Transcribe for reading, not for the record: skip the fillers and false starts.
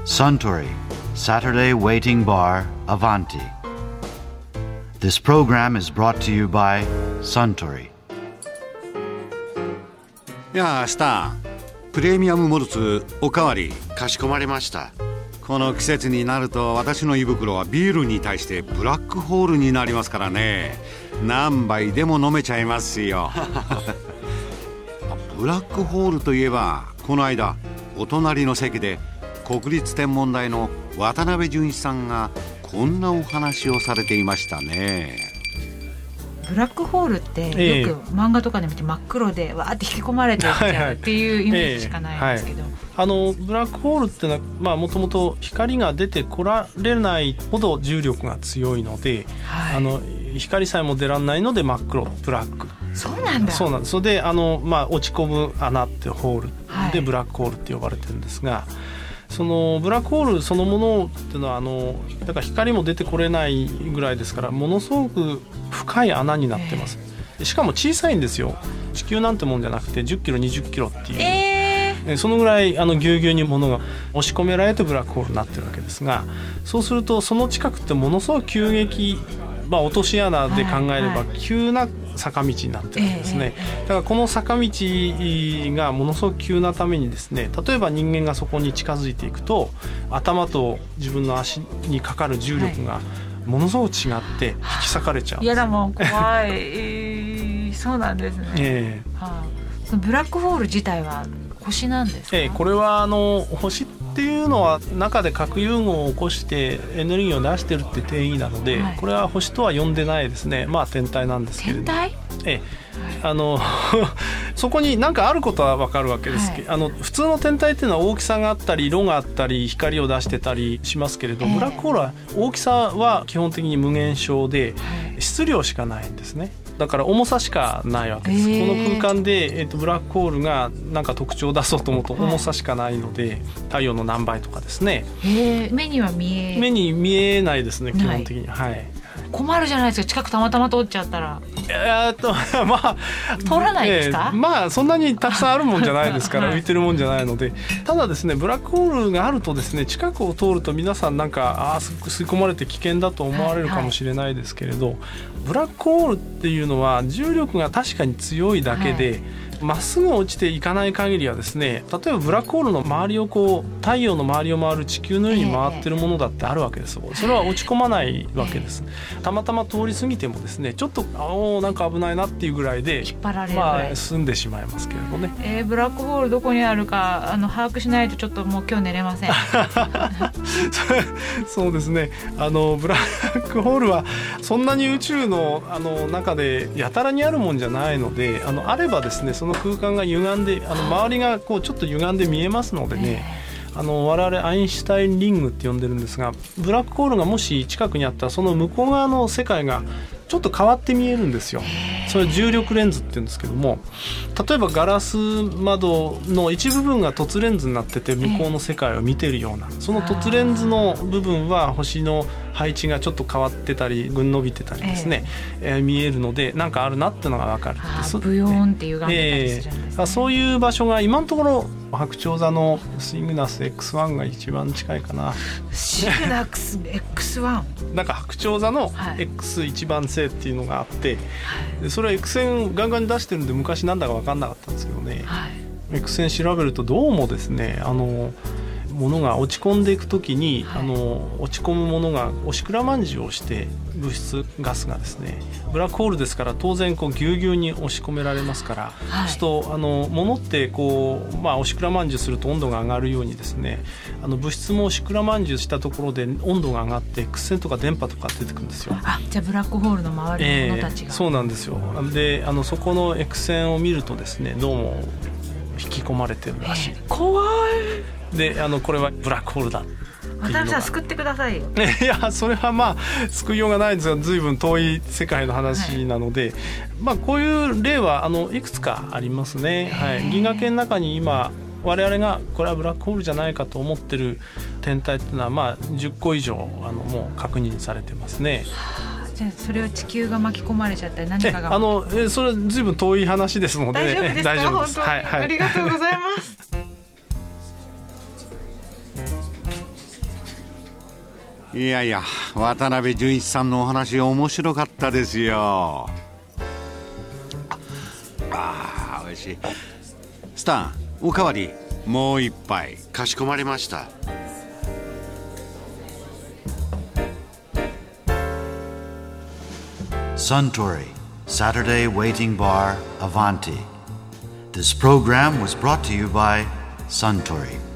Suntory Saturday Waiting Bar Avanti. This program is brought to you by Suntory. いやスタープレミアムモルツおかわり。 かしこまりました。 この季節になると私の胃袋はビールに対してブラックホールになりますからね。何杯でも飲めちゃいますよブラックホールといえばこの間お隣の席で国立天文台の渡辺淳一さんがこんなお話をされていましたね。 ブラックホールってよく漫画とかで見て真っ黒でわーって引き込まれていっちゃうっていうイメージしかないんですけど、 ブラックホールっていうのはもともと光が出てこられないほど重力が強いので、光さえも出られないので真っ黒ブラック。 そうなんだ。 そうなんです。それで落ち込む穴ってホールでブラックホールって呼ばれてるんですが、そのブラックホールそのものっていうのはだから光も出てこれないぐらいですからものすごく深い穴になってます。しかも小さいんですよ。地球なんてもんじゃなくて10キロ20キロっていう、そのぐらいぎゅうぎゅうに物が押し込められてブラックホールになってるわけですが、そうするとその近くってものすごく急激、落とし穴で考えれば急な坂道になってるんですね。だからこの坂道がものすごく急なためにですね、例えば人間がそこに近づいていくと頭と自分の足にかかる重力がものすごく違って引き裂かれちゃう。 いやだもん怖いそうなんですね。そのブラックホール自体は星なんですか？ これは星っていうのは中で核融合を起こしてエネルギーを出してるって定義なので、これは星とは呼んでないですね。天体なんですけれど。 天体？ そこに何かあることは分かるわけですけど、普通の天体っていうのは大きさがあったり色があったり光を出してたりしますけれど、ブラックホールは大きさは基本的に無限小で質量しかないんですね。だから重さしかないわけです。この空間で、ブラックホールがなんか特徴を出そうと思うと重さしかないので、太陽の何倍とかですね。 目には見えないですね基本的に。 困るじゃないですか。近くたまたま通っちゃったら通らないですか？ そんなにたくさんあるもんじゃないですから浮いてるもんじゃないので。ただですねブラックホールがあるとですね近くを通ると皆さんなんか吸い込まれて危険だと思われるかもしれないですけれど、ブラックホールっていうのは重力が確かに強いだけで、まっすぐ落ちていかない限りはですね、例えばブラックホールの周りを太陽の周りを回る地球のように回ってるものだってあるわけです。それは落ち込まないわけです。たまたま通り過ぎてもですねちょっとなんか危ないなっていうぐらいで引っ張られるぐらい、 済んでしまいますけれどね。 ブラックホールどこにあるか把握しないとちょっともう今日寝れませんそうですね。ブラックホールはそんなに宇宙の中でやたらにあるもんじゃないので、あればですねその空間が歪んで周りがちょっと歪んで見えますのでね、我々アインシュタインリングって呼んでるんですが、ブラックホールがもし近くにあったらその向こう側の世界がちょっと変わって見えるんですよ。それ重力レンズって言うんですけども、例えばガラス窓の一部分が凸レンズになってて向こうの世界を見てるような、その凸レンズの部分は星の配置がちょっと変わってたりぐん伸びてたりですね、見えるのでなんかあるなっていうのが分かる。 ブヨーンって歪んでたりするんですね。 そういう場所が今のところ白鳥座のシグナス X1 が一番近いかな。 シグナス X1 なんか白鳥座の X1 番星っていうのがあって、でそれは X 線ガンガンに出してるんで昔なんだか分かんなかったんですけどね、X 線調べるとどうもですねものが落ち込んでいくときに、落ち込むものがおしくらまんじゅうをして物質ガスがですねブラックホールですから当然ぎゅうぎゅうに押し込められますから、そうすると物っておしくらまんじゅうすると温度が上がるようにですね物質もおしくらまんじゅうしたところで温度が上がって X 線とか電波とか出てくるんですよ。 じゃあブラックホールの周りのものたちが、 そうなんですよ。でそこの X 線を見るとですねどうも引き込まれてるらしい。 怖い。 でこれはブラックホールだ。 渡辺さん救ってくださいよ。 いやそれは救いようがないんですが随分遠い世界の話なので、こういう例はいくつかありますね。銀河系の中に今我々がこれはブラックホールじゃないかと思ってる天体っていうのは10個以上もう確認されてますね。 じゃあそれを地球が巻き込まれちゃったり何かがそれ随分遠い話ですので、 大丈夫ですか？ 大丈夫です。 本当に、ありがとうございますいやいや、渡辺淳一さんのお話面白かったですよ。美味しい。スタン、おかわりもう一杯。 かしこまりました。Suntory Saturday Waiting Bar Avanti. This program was brought to you by Suntory.